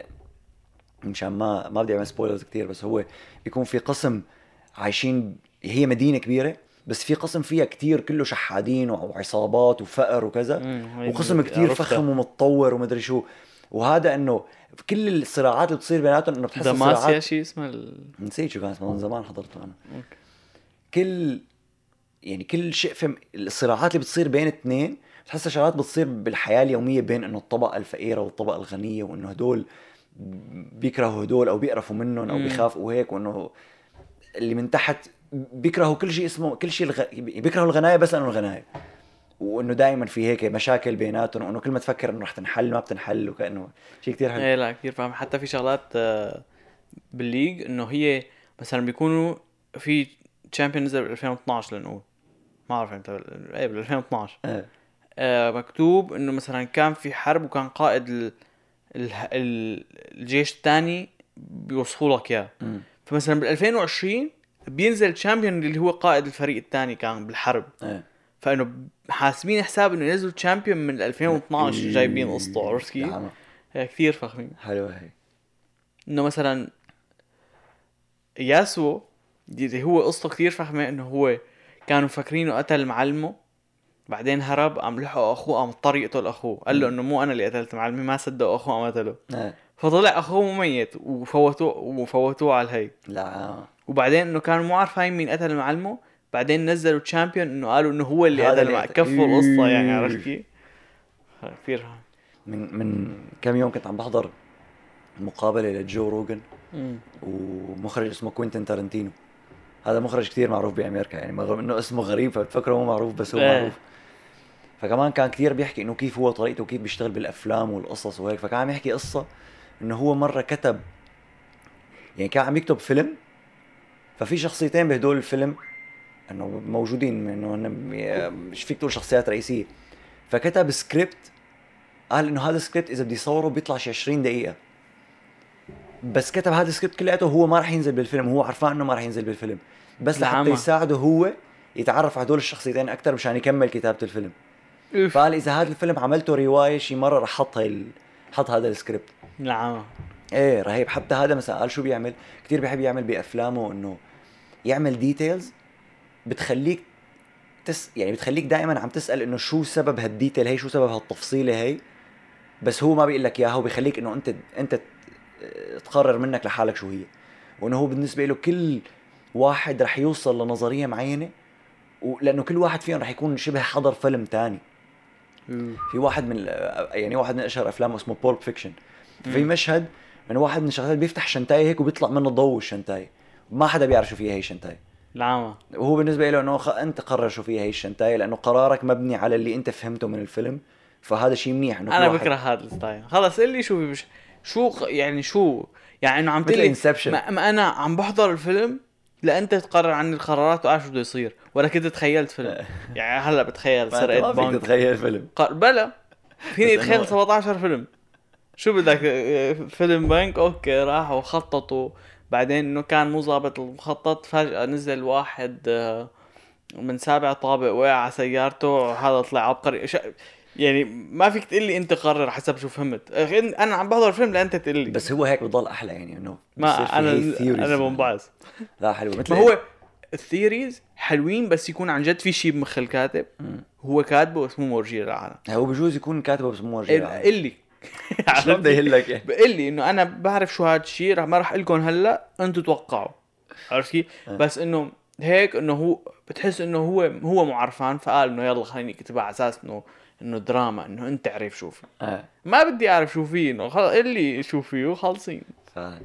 مشان ما بدي اعمل سبويلرز كتير، بس هو بيكون في قسم عايشين، هي مدينة كبيرة بس في قسم فيها كتير كله شحادين وعصابات وفقر وكذا، وقسم كتير فخم ومتطور ومدري شو، وهذا انه كل الصراعات اللي بتصير بيناتهم انه بتحس الصراعات شيء اسمه نسيت شو كان اسمه، من زمان حضرته انا. أوكي. كل شيء في الصراعات اللي بتصير بين اثنين بتحسها شغلات بتصير بالحياة اليومية بين انه الطبقة الفقيرة والطبقة الغنية، وانه هدول بيكرهوا هدول او بيقرفوا منهم او بيخافوا وهيك، وانه اللي من تحت بيكرهوا كل شيء اسمه كل شيء بيكرهوا الغناية بس لانه الغناية، وانه دائما في هيك مشاكل بيناتهم، وانه كل ما تفكر انه رح تنحل ما بتنحل، وكانه شيء كتير حلو. ايه لا كثير فاهم. حتى في شغلات بالليج انه هي مثلا بيكونوا في تشامبيون نزل بال 2012 لنقول، ما اعرف انت ايه بال 2012 مكتوب انه مثلا كان في حرب وكان قائد الجيش الثاني بيوصفوا لك اياه، فمثلا بال 2020 بينزل تشامبيون اللي هو قائد الفريق الثاني كان بالحرب، فانه حاسبين حساب انه ينزلوا تشامبيون من 2012 جايبين قصته، عرفت كيف؟ كثير فخمين. حلوه هي. انه مثلا ياسو دي هو قصته كثير فخمه، انه هو كانوا مفكرينه قتل معلمه، بعدين هرب، قام لحقوا اخوه، قام اضطر يقتل اخوه، قال له انه مو انا اللي قتلت معلمي، ما صدق اخوه قام قتله. فطلع اخوه مو ميت وفوتوه على الهي. لا وبعدين انه كانوا مو عارفين مين قتل معلمه، بعدين نزلوا تشامبيون انه قالوا انه هو اللي قتل كفوا القصه، يعني عرفت كيف؟ كثير. من كم يوم كنت عم بحضر مقابله لجو روجن ومخرج اسمه كوينتين تارنتينو، هذا مخرج كتير معروف بامريكا، يعني رغم انه اسمه غريب فبتفكره مو معروف بس هو معروف. فكمان كان كتير بيحكي انه كيف هو طريقته وكيف بيشتغل بالافلام والقصص وهيك، فكان عم يحكي قصه انه هو مره كتب، يعني كان عم يكتب فيلم، ففي شخصيتين بهدول الفيلم انه موجودين، انه مش فيك تقول شخصيات رئيسيه، فكتب سكريبت، قال انه هذا السكريبت اذا بدي صوره بيطلع شي 20 دقيقه، بس كتب هذا السكريبت كلياته هو ما راح ينزل بالفيلم، هو عرفان انه ما راح ينزل بالفيلم، بس لحتى يساعده هو يتعرف على هدول الشخصيتين اكثر مشان يكمل كتابه الفيلم. فقال اذا هذا الفيلم عملته روايه شي مره رح حط هذا السكريبت. نعم. ايه رهيب. حتى هذا مثلا قال شو بيعمل كتير بيحب يعمل بافلامه، انه يعمل ديتيلز بتخليك يعني بتخليك دائما عم تسال انه شو سبب هالديتيل هي، شو سبب هالتفصيله هي، بس هو ما بيقول لك اياها، هو بيخليك انه انت تقرر منك لحالك شو هي. وانه هو بالنسبه له كل واحد رح يوصل لنظريه معينه، لانه كل واحد فيهم رح يكون شبه حضر فيلم تاني. في واحد من يعني واحد من اشهر افلامه اسمه بولب فيكشن، في مشهد من واحد من الشغلات بيفتح شنطايه هيك وبيطلع منه ضوء الشنطايه، ما حدا بيعرف شو فيها هي الشنطايه. العامة وهو بالنسبه له انه انت قرر شو فيها هي الشنطايه، لانه قرارك مبني على اللي انت فهمته من الفيلم، فهذا شيء منيح. انه انا بكره هذا الستايل. خلص اللي شو مش يعني شو يعني انه عم تقلي ما انا عم بحضر الفيلم لا انت تقرر عني القرارات وعارف شو بده يصير، ولا كنت تخيلت فيلم. يعني هلا بتخيل سرقة بنك، ما فيك تتخيل فيلم بلا فيني اتخيل 17 فيلم. شو بدك فيلم بنك اوكي راح وخططوا، بعدين انه كان مو ضابط المخطط، فجأة نزل واحد من 7 طابق وقع على سيارته، هذا طلع عبقري. يعني ما فيك تقول لي انت قرر حسب شو فهمت. انا عم بحضر فيلم لانت تقول لي. بس هو هيك بضل احلى يعني انه ما انا منبعث. لا حلو مثل ما هو الثيوريز حلوين بس يكون عن جد في شيء بمخ الكاتب هو كاتبه بس مو مرجي للعالم. هو بجوز يكون كاتبه بس مو مرجي للعالم. اللي شو بده يقول لك؟ بقول لي انه انا بعرف شو هذا الشيء، ما راح اقول لكم هلا، انتم توقعوا. عرفت كيف؟ بس انه هيك انه هو بتحس انه هو معرفان، فقال انه يلا خليني اكتبها على اساس انه دراما، انه انت تعرف شو فيه. ما بدي اعرف شو فيه، انه خلص اللي شو فيه وخلصين. فاهم.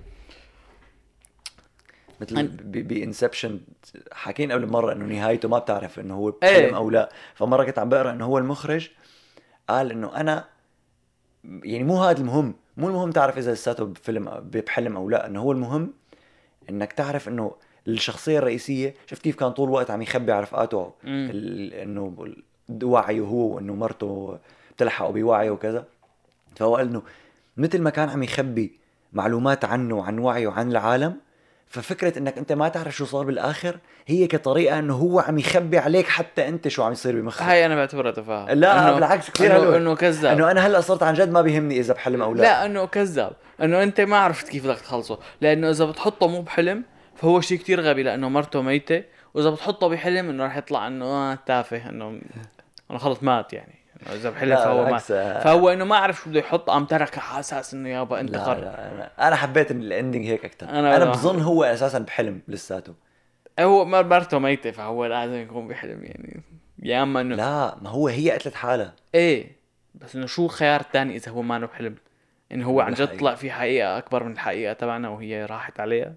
مثل بانسبشن حكينا قبل مره انه نهايته ما بتعرف انه هو بحلم او لا. فمره كنت عم بقرا انه هو المخرج قال انه انا يعني مو هذا المهم، مو المهم تعرف اذا لساته بحلم او لا، انه هو المهم انك تعرف انه الشخصيه الرئيسيه، شفت كيف كان طول الوقت عم يخبي على رفقاته انه وعيه هو وانه مرته بتلحقه بوعيه وكذا. فهو قال انه مثل ما كان عم يخبي معلومات عنه وعن وعيه وعن العالم، ففكرة انك انت ما تعرف شو صار بالاخر هي كطريقة انه هو عم يخبي عليك حتى انت شو عم يصير بمخك. هاي انا بعتبرها تفاهم. لا بالعكس كثير حلو انه كذاب، انه انا هلا صرت عن جد ما بيهمني اذا بحلم او لا. لا انه كذاب، انه انت ما عرفت كيف بدك تخلصه، لانه اذا بتحطه مو بحلم فهو شيء كتير غبي لانه مرته ميتة، واذا بتحطه بحلم انه راح يطلع انه تافه، انه خلص مات يعني. اذا بحلم فهو مات، فهو انه ما عرف شو بده يحط، قام ترك على اساس انه يابا انت قرر. لا انا حبيت الاندنج هيك اكثر. انا بظن هو اساسا بحلم لساته، هو مرته ميتة فهو لازم يكون بحلم يعني، يا اما انه لا ما هو هي قتلت حالها. ايه بس انه شو الخيار الثاني اذا هو ما انه بحلم، انه هو عن جد طلع في حقيقة اكبر من الحقيقة تبعنا وهي راحت عليها.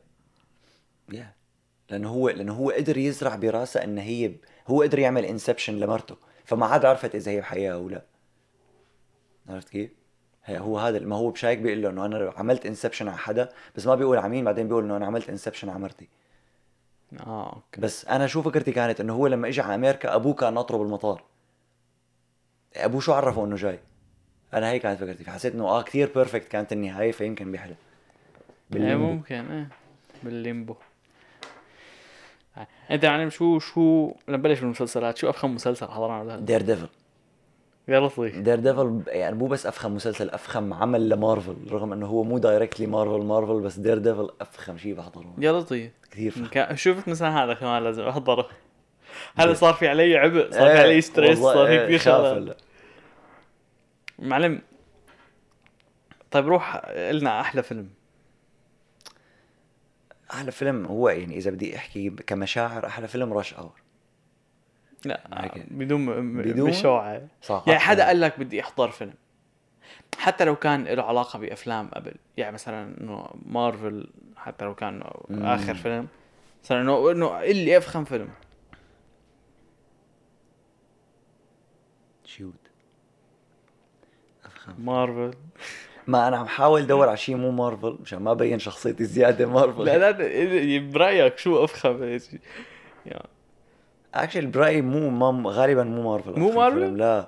لانه هو قدر يزرع براسه ان هو قدر يعمل انسبشن لمرته، فما عاد عرفت اذا هي بحقيقة او لا. عرفت كيف؟ هو هذا ما هو بشايك بيقول له انه انا عملت انسبشن على حدا، بس ما بيقول عمين، بعدين بيقول انه انا عملت انسبشن على مرتي. اوكي. بس انا شو فكرتي كانت انه هو لما اجى على امريكا ابوه كان ناطره بالمطار، ابوه شو عرفه انه جاي؟ انا هيك كانت فكرتي، فحسيت انه كثير بيرفكت كانت النهايه، فيمكن بيحلم ممكن بالليمبو. انت معلم شو نبلش بالمسلسلات، شو افخم مسلسل حضرناه؟ دير ديفل. يا لطيف. دير ديفل يعني مو بس افخم مسلسل، افخم عمل لمارفل، رغم انه هو مو دايركتلي مارفل، بس دير ديفل افخم شيء بحضره. يا لطيف كثير شفت مثلا هذا كمان لازم احضره. هذا صار في علي عبء، صار في علي ستريس، صار في كثير شغلات معلم. طيب روح قلنا احلى فيلم. احلى فيلم هو يعني اذا بدي احكي كمشاعر، احلى فيلم رش اور. لا بدون مشوعة يعني. حدا قال لك بدي احضر فيلم حتى لو كان له علاقة بأفلام قبل، يعني مثلا انه مارفل، حتى لو كان آخر فيلم مثلا انه اللي افخم فيلم شوت افخم مارفل. ما انا عم حاول ادور على شيء مو مارفل مشان ما بين شخصيتي زيادة مارفل. لا برأيك شو افخم يعني اكشلي برايي غالبا مو مارفل. مو مارفل؟ لا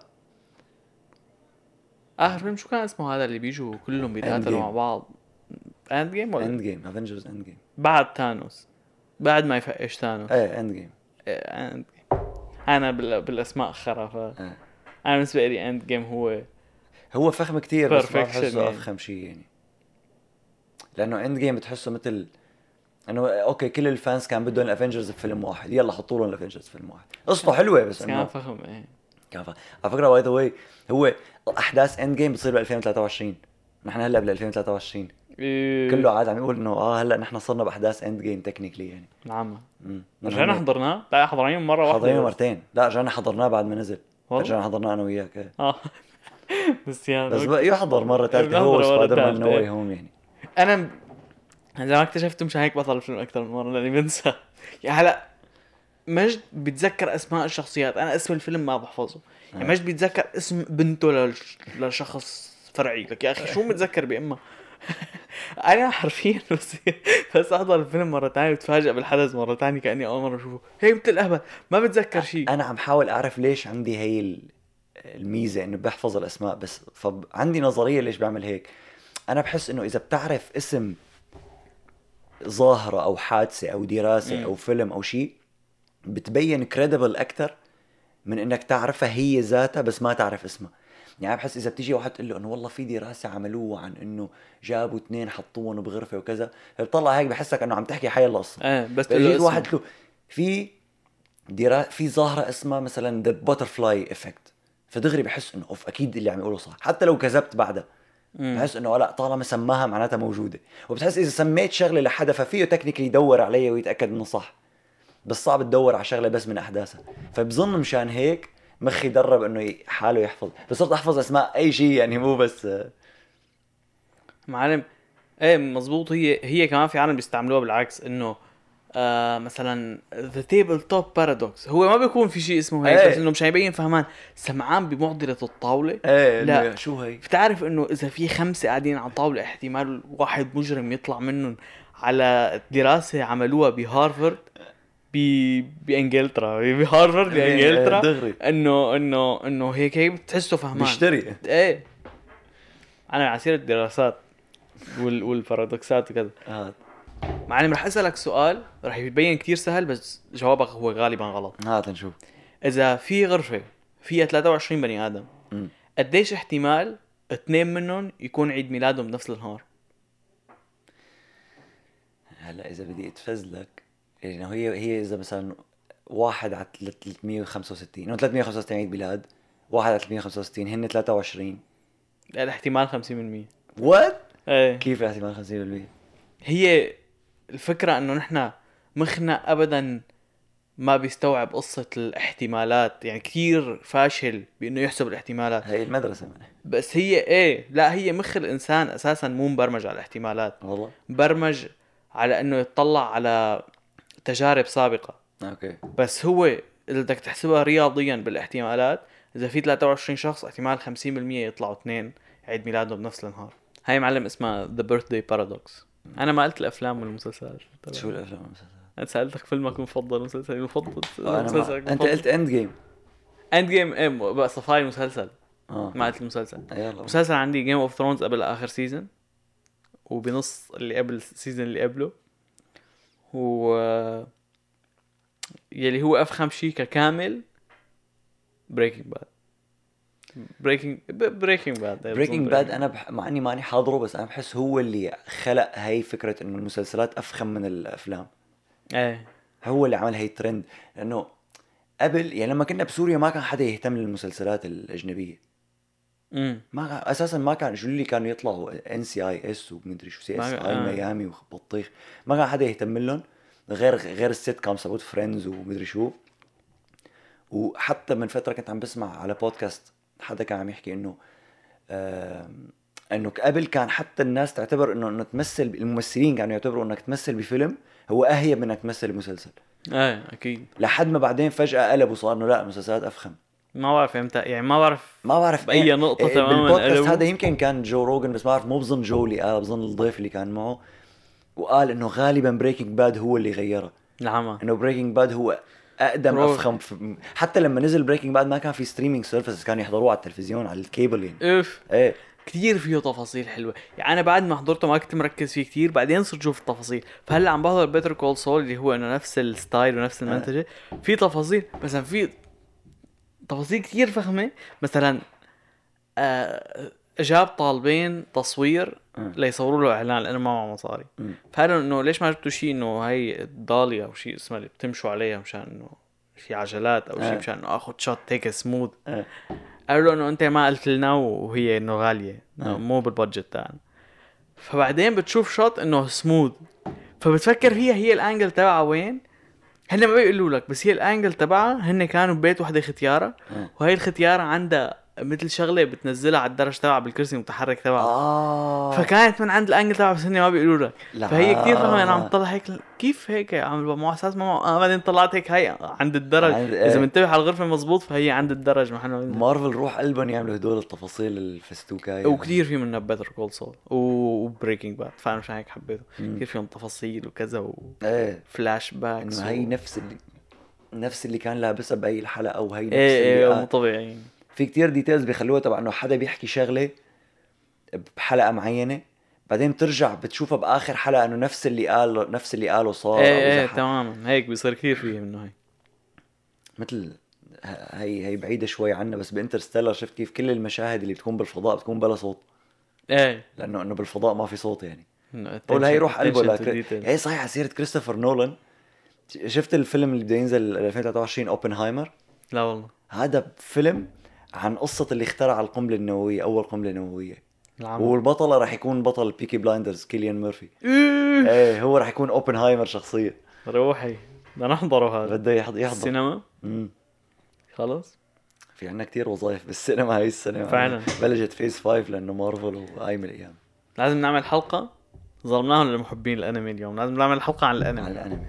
اخر فيلم شو كان اسمه هذا اللي بيجوا كلهم بيتقاتلوا مع بعض؟ اند جيم ولا اند جيم؟ افنجرز اند جيم، بعد ثانوس، بعد ما يفقش ثانوس. اند جيم. اند جيم. انا بالاسماء خرافه. انا بالنسبه لي اند جيم هو فخم كتير، بس ما بحسه يعني افخم شيء يعني، لانه اند جيم بتحسه مثل انه اوكي كل الفانس كان بدهم الافنجرز بفيلم واحد، يلا حطوا لهم الافنجرز بفيلم واحد، قصته حلوه بس كان فخم. على فكره باي ذا واي هو احداث اند جيم بتصير ب 2023. نحن هلا بال 2023 كله عاد عم يقول انه هلا نحن صرنا باحداث اند جيم تكنيكلي يعني. نعم. رجعنا حضرناه؟ لا حضرناه مره واحده. حضرناه مرتين. لا رجعنا حضرناه بعد ما نزل. رجعنا حضرناه انا وياك. بس يعني بس بقى يحضر مره ثالثه هو سبايدر مان نو واي هوم يعني. انا اذا ما اكتشفت مش هيك بطل الفيلم اكثر من مره لاني بنسى. يعني هلا مجد بيتذكر اسماء الشخصيات، انا اسم الفيلم ما بحفظه. يعني مجد بيتذكر اسم بنته لشخص فرعي. لك يا اخي شو متذكر بامه؟ انا حرفيا بس احضر الفيلم مره ثانيه وتفاجئ بالحدث مره ثانيه كاني اول مره اشوفه. هي مثل الاهبل ما بتذكر شيء. انا عم حاول اعرف ليش عندي هي الميزه انه بحفظ الاسماء بس. فعندي نظريه ليش بعمل هيك. انا بحس انه اذا بتعرف اسم ظاهره او حادثه او دراسه او فيلم او شيء بتبين كريديبل اكثر من انك تعرفها هي ذاتها بس ما تعرف اسمها. يعني بحس اذا بتيجي واحد تقول له انه والله في دراسه عملوها عن انه جابوا 2 حطوهم بغرفه وكذا، فبطلع هيك بحسك انه عم تحكي حي القصه. بس بيجي واحد له في ظاهره اسمها مثلا ذا باترفلاي افكت، فدغري بحس انه اوف اكيد اللي عم يقوله صح حتى لو كذبت بعدها. بحس انه لا طالما سماها معناتها موجوده. وبتحس اذا سميت شغله لحدا ففيه تكنيكلي يدور عليها ويتاكد انه صح، بس صعب تدور على شغله بس من احداثها. فبظن مشان هيك مخي درب انه حاله يحفظ. بس صرت احفظ اسماء اي شيء يعني مو بس معلم. ايه مزبوط. هي كمان في عالم بيستعملوها بالعكس انه مثلا the tabletop paradox. هو ما بيكون في شيء اسمه هيك بس انه مش هيبين فهمان سمعان بمعضلة الطاولة. لا شو هي؟ بتعرف انه اذا في 5 قاعدين على طاولة احتمال واحد مجرم يطلع منهم على دراسة عملوها بهارفرد بانجلترا بهارفرد بانجلترا انه هيك بتحسه فهمان بيشتري. ايه انا على سيرة الدراسات والبارادوكسات وكذا. معلم رح اسالك سؤال رح يبين كتير سهل بس جوابك هو غالبا غلط. هات نشوف. اذا في غرفه فيها 23 بني ادم قديش احتمال 2 منهم يكون عيد ميلادهم بنفس النهار؟ هلا اذا بدي اتفزلك يعني هي اذا مثلا 1 على 365 انه 365 عيد ميلاد 1 على 365 هن 23 الاحتمال 50%. وات؟ ايه كيف احتمال 50%؟ هي الفكرة انه نحن مخنا ابدا ما بيستوعب قصة الاحتمالات. يعني كثير فاشل بانه يحسب الاحتمالات. هي المدرسة منه. بس هي مخ الانسان اساسا مو مبرمج على الاحتمالات. والله مبرمج على انه يطلع على تجارب سابقة. اوكي. بس هو اذا بدك تحسبها رياضيا بالاحتمالات اذا في 23 شخص احتمال 50% يطلعوا 2 عيد ميلادهم بنفس النهار. هاي معلم اسمها The Birthday Paradox. انا ما قلت الافلام والمسلسلات. شو الافلام والمسلسلات؟ انا سالتك فيلمك المفضل مسلسلك المفضل. انت قلت اند جيم. اند جيم ايه بقى صفاي المسلسل. ما قلت المسلسل. المسلسل عندي جيم اوف ثرونز قبل اخر سيزن وبنص اللي قبل السيزن اللي قبله يلي هو افخم شيء ككامل بريكنج باد. انا مع اني ماني حاضره بس انا بحس هو اللي خلق هاي فكرة انه المسلسلات افخم من الافلام. هو اللي عمل هاي ترند. لانه قبل يعني لما كنا بسوريا ما كان حدا يهتم للمسلسلات الاجنبية. ما اساسا ما كان شو اللي كانوا يطلعوا NCIS ومدري شو CSI ميامي وبطيخ. ما كان حدا يهتم لهم غير السيت كام سبوت فريندز ومدري شو. وحتى من فترة كنت عم بسمع على بودكاست حدا كان عم يحكي انه قبل كان حتى الناس تعتبر انه تمثل. الممثلين كانوا يعتبروا انك تمثل بفيلم هو اهيب من انك تمثل بمسلسل. اكيد. لحد ما بعدين فجأة قلب وصار انه لا المسلسلات افخم. ما بعرف امتى يعني ما بعرف باي نقطة تماما. بالبودكاست هذا يمكن كان جو روغن بس ما بعرف مو بظن جو اللي بظن الضيف اللي كان معه وقال انه غالبا بريكنج باد هو اللي غيره. نعم. انه بريكنج باد هو اقدم افخم حتى لما نزل بريكنج باد ما كان في ستريمينج سيرفيسز كانوا يحضروه على التلفزيون على الكيبل يعني. ايه كتير فيه تفاصيل حلوه. يعني انا بعد ما حضرته ما كنت مركز فيه كتير بعدين صرت اشوف التفاصيل. فهلا عم بحضر بيتر كول سول اللي هو انه نفس الستايل ونفس المنتجه في تفاصيل. مثلا في تفاصيل كتير فخمه. مثلا جاب طالبين تصوير ليصوروا له اعلان لانه ما معه مصاري. فقالوا انه ليش ما جبتوا شيء انه هي الضاليه او شيء اسمه اللي بتمشوا عليها مشان انه في عجلات او شيء مشان انه اخذ شوت هيك سموث. قالوا له انه انت ما قلت لنا وهي انه غاليه مو بالبادجت تاعنا. فبعدين بتشوف شوت انه سموث فبتفكر هي الانجل تبعها وين. هن ما بيقولوا لك بس هي الانجل تبعها هن كانوا ببيت وحده ختياره وهي الختياره عندها مثل شغله بتنزلها على الدرج تبعها بالكرسي المتحرك تبعها. فكانت من عند الانجل تبعها بس هن ما بيقولوا لك. فهي كثير فهمه انا عم طلع هيك كيف هيك عم مو اساس ما بعدين طلعت هيك هي عند الدرج اذا منتبه على الغرفه مزبوط فهي عند الدرج. ما احنا مارفل روح قلبهم يعملوا هدول التفاصيل الفستوكاي وكثير في منها بيتر كول سول وبريكنج باد فانا مش هيك حبيته كثير فيهم تفاصيل وكذا وفلاش باكس هي نفس اللي كان لابسها باي الحلقه او هي نفس اللي مو طبيعي. في كتير ديتيلز بيخلوها تبع انه حدا بيحكي شغله بحلقه معينه بعدين بترجع بتشوفها باخر حلقه انه نفس اللي قاله صار. تماما هيك بيصير كثير فيه منه هيك مثل هي بعيده شوي عنا بس بانترستيلر شفت كيف كل المشاهد اللي بتكون بالفضاء بتكون بلا صوت. لانه بالفضاء ما في صوت يعني. ولا هي روح قلبه هي صحيح على سيره كريستوفر نولان. شفت الفيلم اللي بده ينزل 2023 اوبنهايمر؟ لا والله. هذا فيلم عن قصة اللي اخترع القنبلة النووية أول قنبلة نووية. والبطلة راح يكون بطل بيكي بلايندرز كيليان ميرفي. ايه هو راح يكون اوبنهايمر شخصية. روحي بدنا نحضره هذا. بده يحضر السينما. خلص في عنا كتير وظائف بالسينما هاي السنة فعلا. بلجت فيس 5 لأنه مارفل وقايم الأيام. لازم نعمل حلقة ظلمناهم للمحبين الأنمي اليوم. لازم نعمل حلقة عن الأنمي.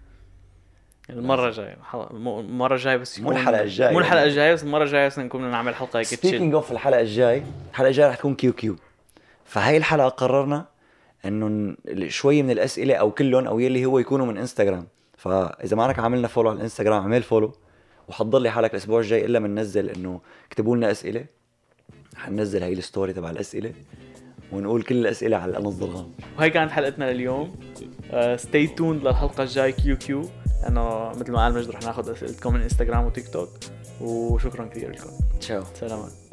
المرة الجاية بس مو الحلقة الجاية. مو الحلقة الجاية بس المرة الجاية بس نكون نعمل حلقة هيك سبيكينج اوف الحلقة الجاية رح تكون كيو. فهاي الحلقة قررنا انه شوي من الأسئلة او كلهم او يلي هو يكونوا من انستغرام. فاذا ما انك عاملنا فولو على الانستغرام اعمل فولو وحضر لي حالك الاسبوع الجاي الا من ننزل انه اكتبوا لنا اسئلة. حننزل هاي الستوري تبع الاسئلة ونقول كل الاسئلة على القناة الضرغام. وهي كانت حلقتنا لليوم. ستي تون للحلقة الجاي كيو لأنه مثل ما قال مجد رح ناخد أسئلتكم من انستغرام وتيك توك. وشكرا كثير لكم. تشاو. سلامات.